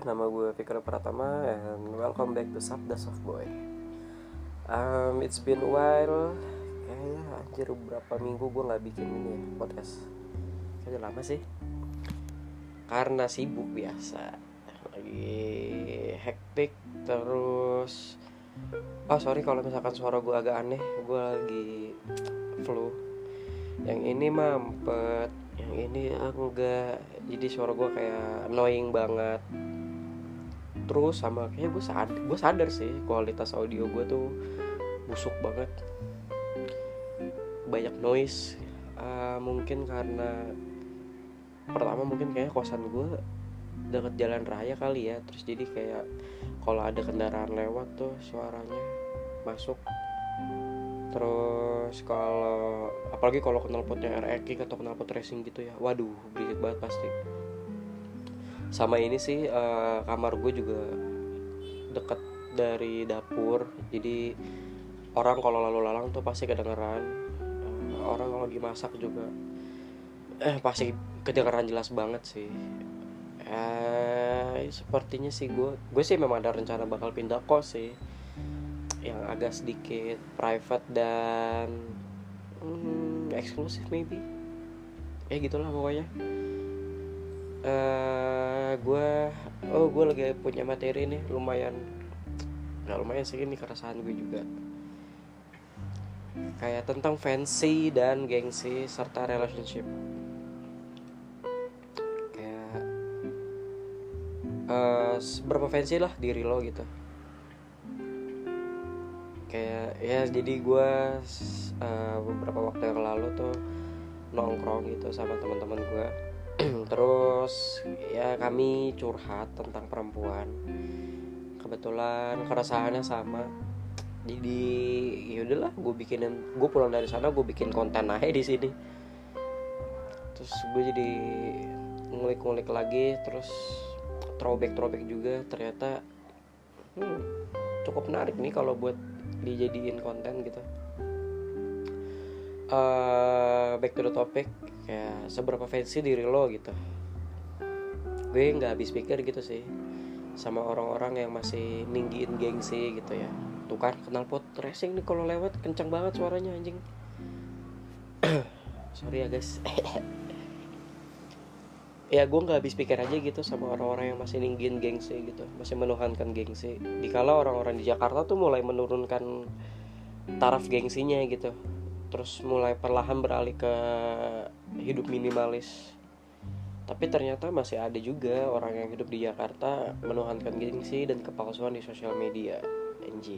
nama gue Fikra Pratama and welcome back to Sabda Soft Boy. It's been a while, kayaknya anjir beberapa minggu gue nggak bikin ini ya, podcast. Kayaknya lama sih, karena sibuk biasa, lagi hektik terus. Sorry kalau misalkan suara gue agak aneh, gue lagi flu. Yang ini mampet, yang ini enggak. Jadi suara gue kayak annoying banget. Terus sama kayaknya gue sadar sih kualitas audio gue tuh busuk banget, banyak noise. Mungkin karena pertama mungkin kayaknya kosan gue deket jalan raya kali ya. Terus jadi kayak kalau ada kendaraan lewat tuh suaranya masuk. Terus apalagi kalau knalpotnya RX atau knalpot racing gitu ya, waduh berisik banget pasti. Sama ini sih, kamar gue juga deket dari dapur, jadi orang kalau lalu lalang tuh pasti kedengeran. Orang kalau lagi masak juga pasti kedengeran jelas banget sih. Sepertinya sih gue sih memang ada rencana bakal pindah kos sih, yang agak sedikit private dan eksklusif maybe. Gitulah pokoknya. Gue lagi punya materi nih lumayan sih, ini keresahan gue juga, kayak tentang fancy dan gengsi serta relationship. Kayak seberapa fancy lah diri lo gitu. Kayak ya, jadi gue beberapa waktu yang lalu tuh nongkrong gitu sama teman-teman gue. Terus ya kami curhat tentang perempuan. Kebetulan keresahannya sama. Jadi ya udahlah, gue pulang dari sana gue bikin konten aja di sini. Terus gue jadi ngulik-ngulik lagi, terus throwback juga. Ternyata cukup menarik nih kalau buat dijadiin konten gitu. Back to the topic, kayak seberapa fancy diri lo gitu. Gue nggak habis pikir gitu sih sama orang-orang yang masih ninggiin gengsi gitu ya. Tuh kan knalpot racing nih kalau lewat kencang banget suaranya anjing. Sorry ya guys. Ya gue nggak habis pikir aja gitu sama orang-orang yang masih ninggiin gengsi gitu, masih menuhankan gengsi. Dikala orang-orang di Jakarta tuh mulai menurunkan taraf gengsinya gitu, terus mulai perlahan beralih ke hidup minimalis. Tapi ternyata masih ada juga orang yang hidup di Jakarta menuhankan gengsi dan kepalsuan di sosial media. Anjir.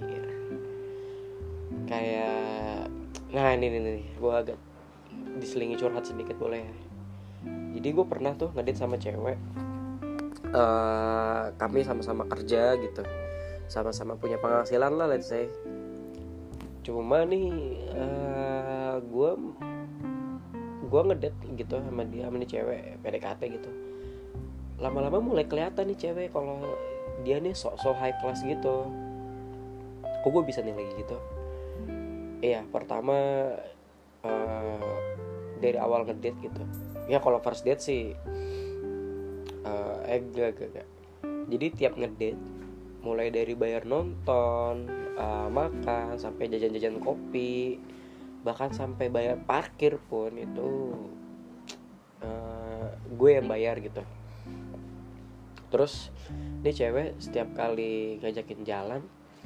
Kayak ini gue agak diselingi curhat sedikit boleh. Jadi gue pernah tuh ngedate sama cewek. Kami sama-sama kerja gitu, sama-sama punya penghasilan lah, let's say. Cuma nih gue ngedate gitu sama nih cewek, PDKT gitu. Lama-lama mulai kelihatan nih cewek kalau dia nih sok high class gitu. Kok gue bisa nilai gitu? Iya, pertama dari awal ngedate gitu. Ya kalau first date sih enggak. Jadi tiap ngedate, mulai dari bayar nonton, makan, sampai jajan-jajan kopi, bahkan sampai bayar parkir pun itu gue yang bayar gitu. Terus ini cewek setiap kali ngajakin jalan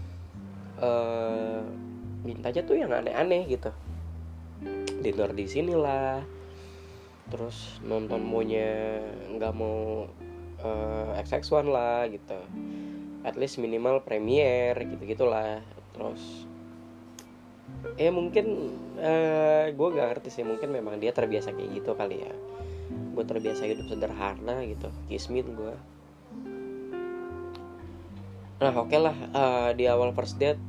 mintanya tuh yang aneh-aneh gitu. Dinner di sini lah, terus nonton maunya nggak mau XX1 lah gitu, at least minimal premier gitu-gitulah. Terus mungkin gue gak ngerti sih, mungkin memang dia terbiasa kayak gitu kali ya. Gue terbiasa hidup sederhana gitu, kismin gue. Nah oke lah, di awal first date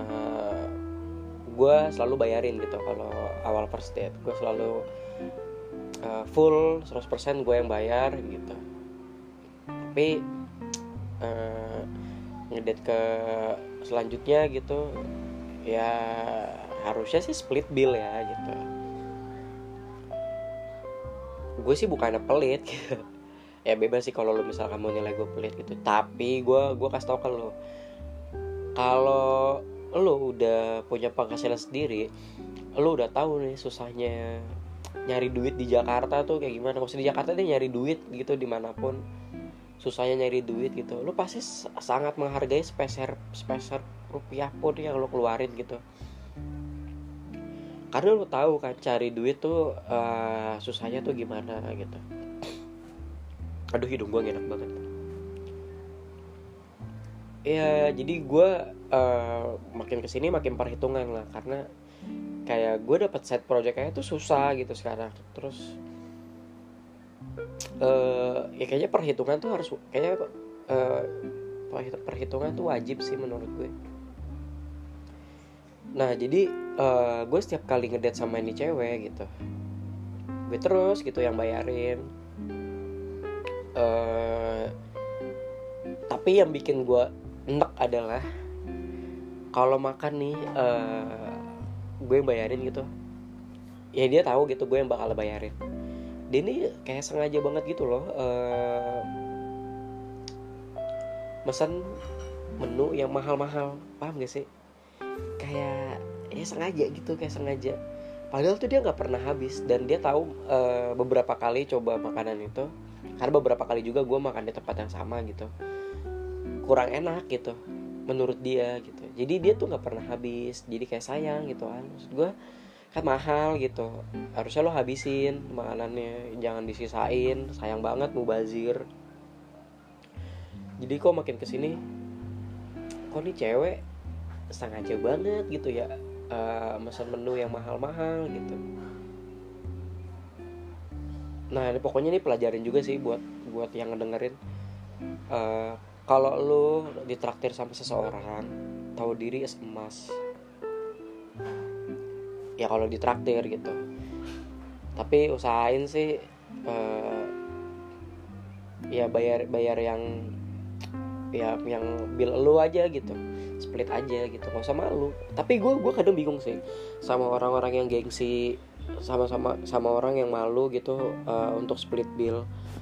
gue selalu bayarin gitu. Kalau awal first date gue selalu full 100% gue yang bayar gitu. Tapi ngedate ke selanjutnya gitu ya harusnya sih split bill ya gitu. Gue sih bukannya pelit gitu. ya bebas sih kalau lo misalkan mau nilai gue pelit gitu. Tapi gue kasih tau ke lo, kalau lo udah punya penghasilan sendiri, lo udah tahu nih susahnya nyari duit di Jakarta tuh kayak gimana. Maksudnya di Jakarta dia nyari duit gitu dimanapun, susahnya nyari duit gitu. Lo pasti sangat menghargai speser rupiah pun yang lo keluarin gitu. Karena lo tahu kan cari duit tuh susahnya tuh gimana gitu. Aduh, hidung gue enak banget. Ya jadi gue makin kesini makin perhitungan lah, karena kayak gue dapat side project-nya tuh susah gitu sekarang. Terus ya kayaknya perhitungan tuh harus perhitungan tuh wajib sih menurut gue. Nah jadi gue setiap kali ngedate sama ini cewek gitu, gue terus gitu yang bayarin. Tapi yang bikin gue enek adalah kalau makan nih gue yang bayarin gitu. Ya dia tahu gitu gue yang bakal bayarin. Dia ini kayak sengaja banget gitu loh mesen menu yang mahal-mahal, paham gak sih? Kayak ya sengaja gitu, kayak sengaja. Padahal tuh dia nggak pernah habis, dan dia tahu beberapa kali coba makanan itu, karena beberapa kali juga gue makan di tempat yang sama gitu, kurang enak gitu menurut dia gitu. Jadi dia tuh nggak pernah habis, jadi kayak sayang gitu kan. Maksud gue kan mahal gitu, harusnya lo habisin makanannya, jangan disisain, sayang banget mubazir. Jadi kok makin kesini kok nih cewek sengaja banget gitu ya pesan menu yang mahal-mahal gitu. Nah ini pokoknya nih pelajarin juga sih buat yang ngedengerin. Kalau lo ditraktir sama seseorang, tahu diri es emas. Ya kalau ditraktir gitu, tapi usahain sih ya bayar yang bill lo aja gitu, split aja gitu, nggak usah malu. Tapi gue kadang bingung sih sama orang-orang yang gengsi, sama orang yang malu gitu untuk split bill.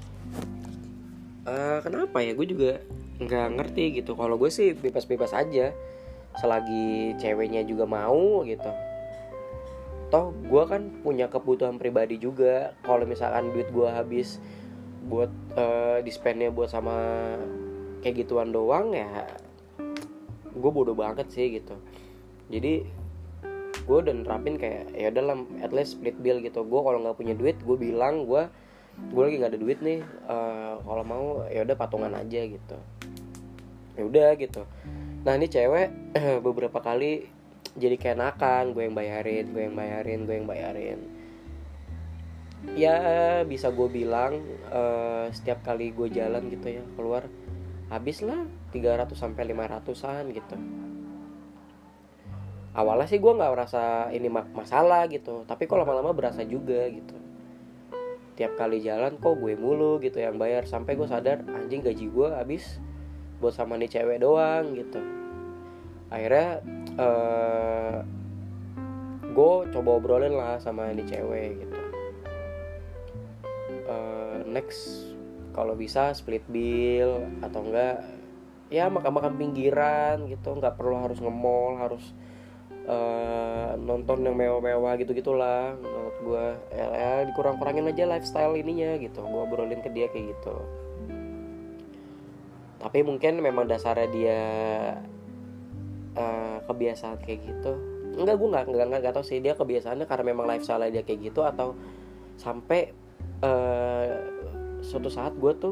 Kenapa ya, gue juga nggak ngerti gitu. Kalau gue sih bebas-bebas aja selagi ceweknya juga mau gitu. Toh gue kan punya kebutuhan pribadi juga. Kalau misalkan duit gue habis buat di-spendnya buat sama kayak gituan doang, ya gue bodoh banget sih gitu. Jadi gue udah nerapin kayak ya udah lah, at least split bill gitu. Gue kalau nggak punya duit, gue bilang gue lagi nggak ada duit nih, kalau mau ya udah patungan aja gitu. Ya udah gitu. Nah ini cewek beberapa kali jadi kayak nakan, gue yang bayarin. Ya bisa gue bilang setiap kali gue jalan gitu ya keluar, habis lah 300 sampai 500-an gitu. Awalnya sih gue nggak merasa ini masalah gitu, tapi kok lama-lama berasa juga gitu. Tiap kali jalan kok gue mulu gitu yang bayar, sampai gue sadar anjing gaji gue habis buat sama nih cewek doang gitu. Akhirnya gue coba obrolin lah sama ini cewek gitu. Next kalau bisa split bill, atau enggak ya makan-makan pinggiran gitu, nggak perlu harus nge-mall, harus nonton yang mewah-mewah gitu-gitulah. Menurut gue ya dikurang-kurangin aja lifestyle ininya gitu. Gue obrolin ke dia kayak gitu. Tapi mungkin memang dasarnya dia kebiasaan kayak gitu. Enggak, gue nggak tahu sih dia kebiasaannya karena memang lifestyle dia kayak gitu, atau sampai suatu saat gue tuh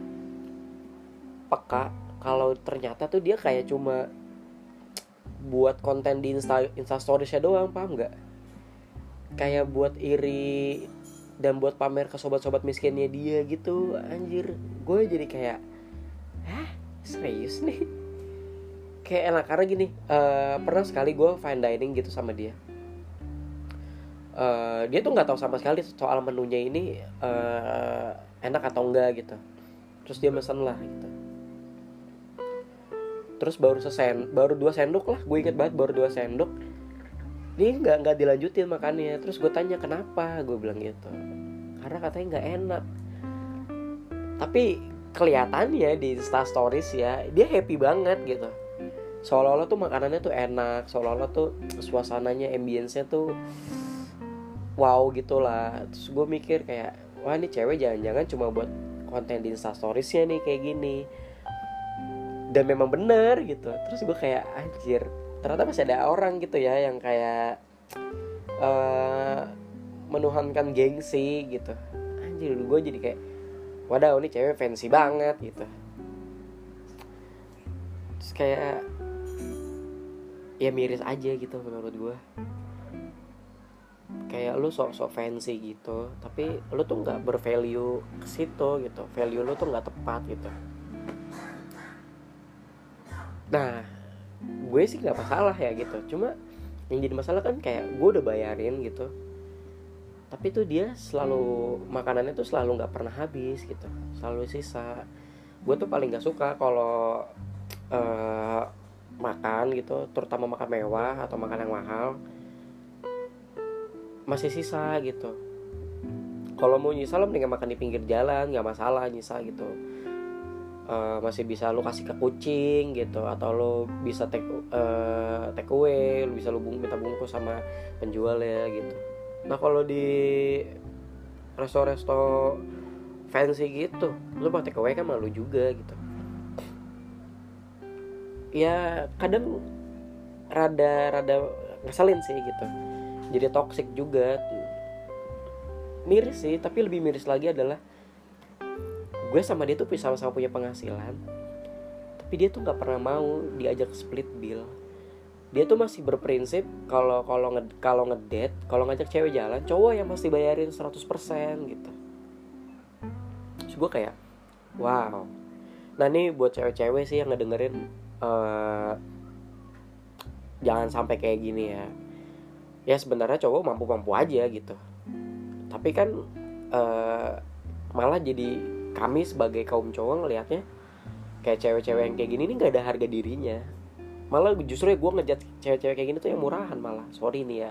peka kalau ternyata tuh dia kayak cuma buat konten di Instastories-nya doang, paham nggak? Kayak buat iri dan buat pamer ke sobat-sobat miskinnya dia gitu. Anjir, gue jadi kayak serius nih? Kayak enak karena gini, pernah sekali gue fine dining gitu sama dia. Dia tuh nggak tahu sama sekali soal menunya ini enak atau enggak gitu. Terus dia mesen lah gitu. Terus baru 2 sendok lah, gue inget banget baru 2 sendok. Ini nggak dilanjutin makannya. Terus gue tanya kenapa, gue bilang gitu. Karena katanya nggak enak. Tapi kelihatannya di Insta Stories ya dia happy banget gitu. Seolah-olah tuh makanannya tuh enak, seolah-olah tuh suasananya, ambience-nya tuh wow gitu lah. Terus gue mikir kayak, wah ini cewek jangan-jangan cuma buat konten di Insta Stories-nya nih kayak gini. Dan memang bener gitu. Terus gue kayak anjir, ternyata masih ada orang gitu ya yang kayak menuhankan gengsi gitu. Anjir, gue jadi kayak wadaw ini cewek fancy banget gitu. Terus kayak ya miris aja gitu menurut gue. Kayak lu sok-sok fancy gitu, tapi lu tuh nggak bervalue ke situ gitu. Value lu tuh nggak tepat gitu. Nah, gue sih nggak masalah ya gitu. Cuma yang jadi masalah kan kayak gue udah bayarin gitu, tapi tuh dia selalu makanannya tuh selalu nggak pernah habis gitu, selalu sisa. Gue tuh paling nggak suka kalau makan gitu, terutama makan mewah atau makan yang mahal masih sisa gitu. Kalau mau nyisa lo mendingan makan di pinggir jalan, nggak masalah nyisa gitu. Masih bisa lo kasih ke kucing gitu, atau lo bisa take away, lo bisa lo minta bungkus sama penjual ya gitu. Nah kalau di resto-resto fancy gitu, lo mau take away kan malu juga gitu. Ya kadang rada ngeselin sih gitu. Jadi toxic juga. Miris sih, tapi lebih miris lagi adalah gue sama dia tuh sama-sama punya penghasilan, tapi dia tuh nggak pernah mau diajak split bill. Dia tuh masih berprinsip kalau ngedate, kalau ngajak cewek jalan, cowok yang pasti bayarin 100% gitu. Terus gue kayak wow. Nah nih buat cewek-cewek sih yang ngedengerin, jangan sampai kayak gini ya. Ya sebenarnya cowok mampu-mampu aja gitu, tapi kan malah jadi kami sebagai kaum cowok ngelihatnya kayak cewek-cewek yang kayak gini nih nggak ada harga dirinya. Malah justru ya gue ngejat cewek-cewek kayak gini tuh yang murahan malah. Sorry nih ya.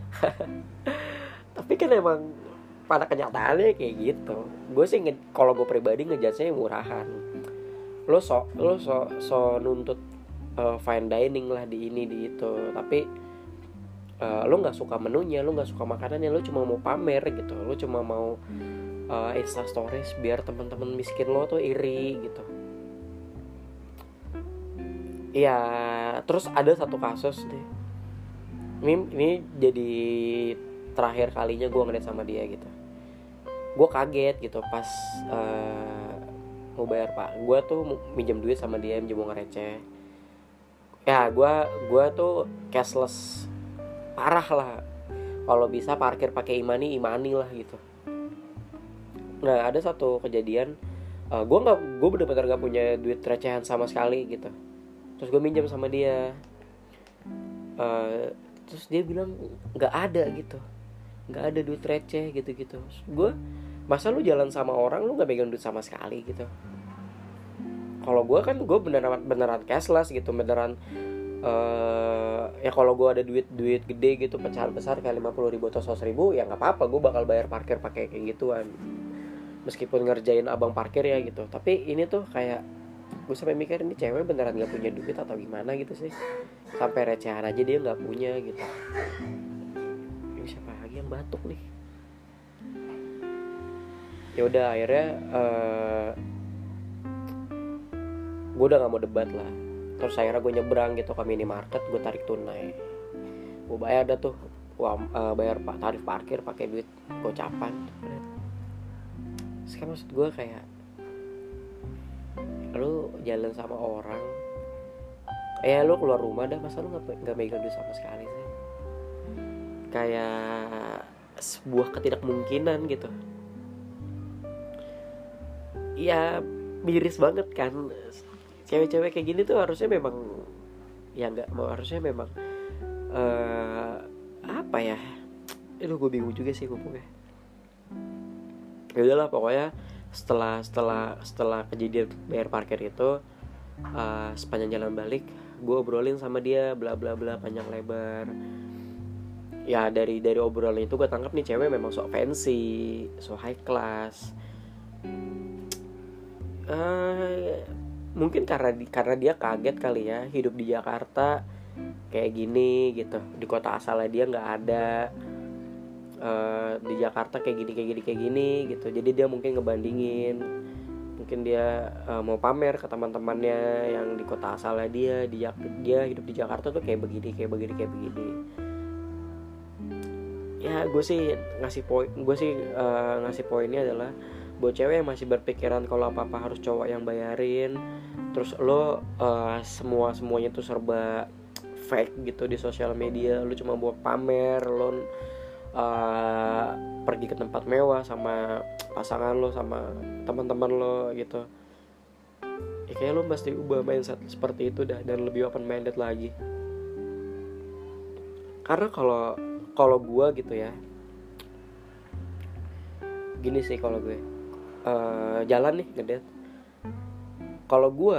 Tapi kan emang pada kenyataannya kayak gitu. Gue sih kalau gue pribadi ngejatnya yang murahan. Lo nuntut fine dining lah di ini di itu, tapi lo nggak suka menunya, lo nggak suka makanannya, lo cuma mau pamer gitu, lo cuma mau Insta Stories biar teman-teman miskin lo tuh iri gitu. Ya terus ada satu kasus deh, ini jadi terakhir kalinya gue ngeliat sama dia gitu. Gue kaget gitu pas mau bayar pak, gue tuh minjem duit sama dia, minjem uang receh. Ya gue tuh cashless parah lah. Kalau bisa parkir pakai imani lah gitu. Nah ada satu kejadian, gue bener-bener gak punya duit recehan sama sekali gitu. Terus gue minjem sama dia, terus dia bilang nggak ada gitu, nggak ada duit receh gitu. Gue, masa lu jalan sama orang lu nggak pegang duit sama sekali gitu. Kalau gue kan gue beneran cashless gitu, beneran. Ya kalau gue ada duit gede gitu, pecahan besar kayak 50.000 atau 100.000, ya nggak apa-apa, gue bakal bayar parkir pakai kayak gituan, meskipun ngerjain abang parkir ya gitu. Tapi ini tuh kayak gue sampai mikir, ini cewek beneran nggak punya duit atau gimana gitu sih, sampai recehan aja dia nggak punya gitu. Ini siapa lagi yang batuk nih? Ya udah akhirnya gue udah nggak mau debat lah. Terus akhirnya gue nyebrang gitu ke minimarket, gue tarik tunai, gue bayar dah tuh bayar tarif parkir pakai duit gocapan. Sekarang maksud gue kayak, lu jalan sama orang, lu keluar rumah dah, masa lu nggak megang duit sama sekali sih? Kayak sebuah ketidakmungkinan gitu. Ya miris banget kan. Cewek-cewek kayak gini tuh harusnya memang, ya nggak mau, harusnya memang apa ya? Gue bingung juga sih ngomongnya. Ya udahlah pokoknya setelah kejadian bayar parkir itu, sepanjang jalan balik gue obrolin sama dia bla bla bla panjang lebar. Ya dari obrolan itu gue tangkap nih cewek memang sok fancy, sok high class. Mungkin karena dia kaget kali ya, hidup di Jakarta kayak gini gitu, di kota asalnya dia nggak ada. Di Jakarta kayak gini gitu, jadi dia mungkin ngebandingin, mungkin dia mau pamer ke teman-temannya yang di kota asalnya dia hidup di Jakarta tuh kayak begini. Ya gue sih ngasih poinnya adalah buat cewek yang masih berpikiran kalau apa harus cowok yang bayarin, terus lo semuanya tuh serba fake gitu di sosial media, lo cuma buat pamer, lo pergi ke tempat mewah sama pasangan lo, sama teman-teman lo gitu. Ya kayak lo mesti ubah mindset seperti itu dah, dan lebih open minded lagi. Karena kalau gue gitu ya, gini sih, kalau gue jalan nih ngedate, kalau gue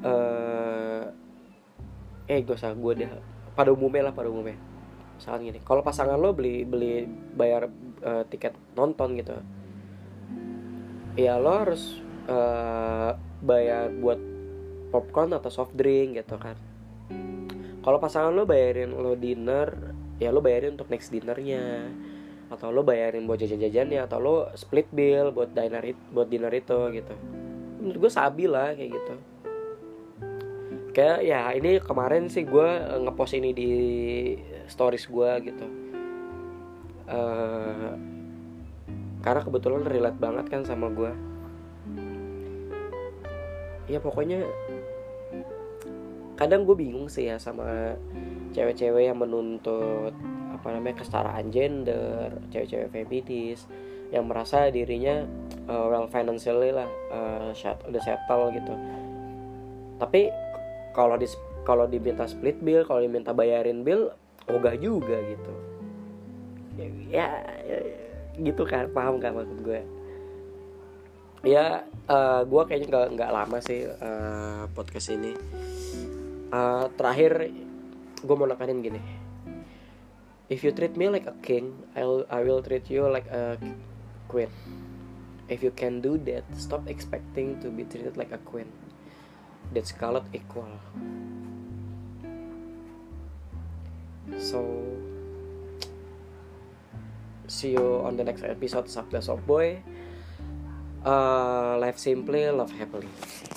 gak usah gue deh, pada umumnya misalkan gini, kalau pasangan lo beli bayar tiket nonton gitu, ya lo harus bayar buat popcorn atau soft drink gitu kan. Kalau pasangan lo bayarin lo dinner, ya lo bayarin untuk next dinnernya, atau lo bayarin buat jajan-jajannya, atau lo split bill buat dinner itu gitu. Menurut gue sabi lah kayak gitu. Kayak ya ini kemarin sih gue ngepost ini di stories gue gitu, karena kebetulan relate banget kan sama gue. Ya pokoknya kadang gue bingung sih ya sama cewek-cewek yang menuntut kesetaraan gender, cewek-cewek feminis yang merasa dirinya well financially lah, udah settle gitu. Tapi kalau diminta split bill, kalau diminta bayarin bill, ogah juga gitu. Ya gitu kan, paham gak maksud gue? Ya gue kayaknya nggak lama sih podcast ini. Terakhir gue mau nekanin gini, if you treat me like a king, I will treat you like a queen. If you can do that, stop expecting to be treated like a queen. That's called equal. So see you on the next episode Sabda Soft Boy. Live simply, love happily.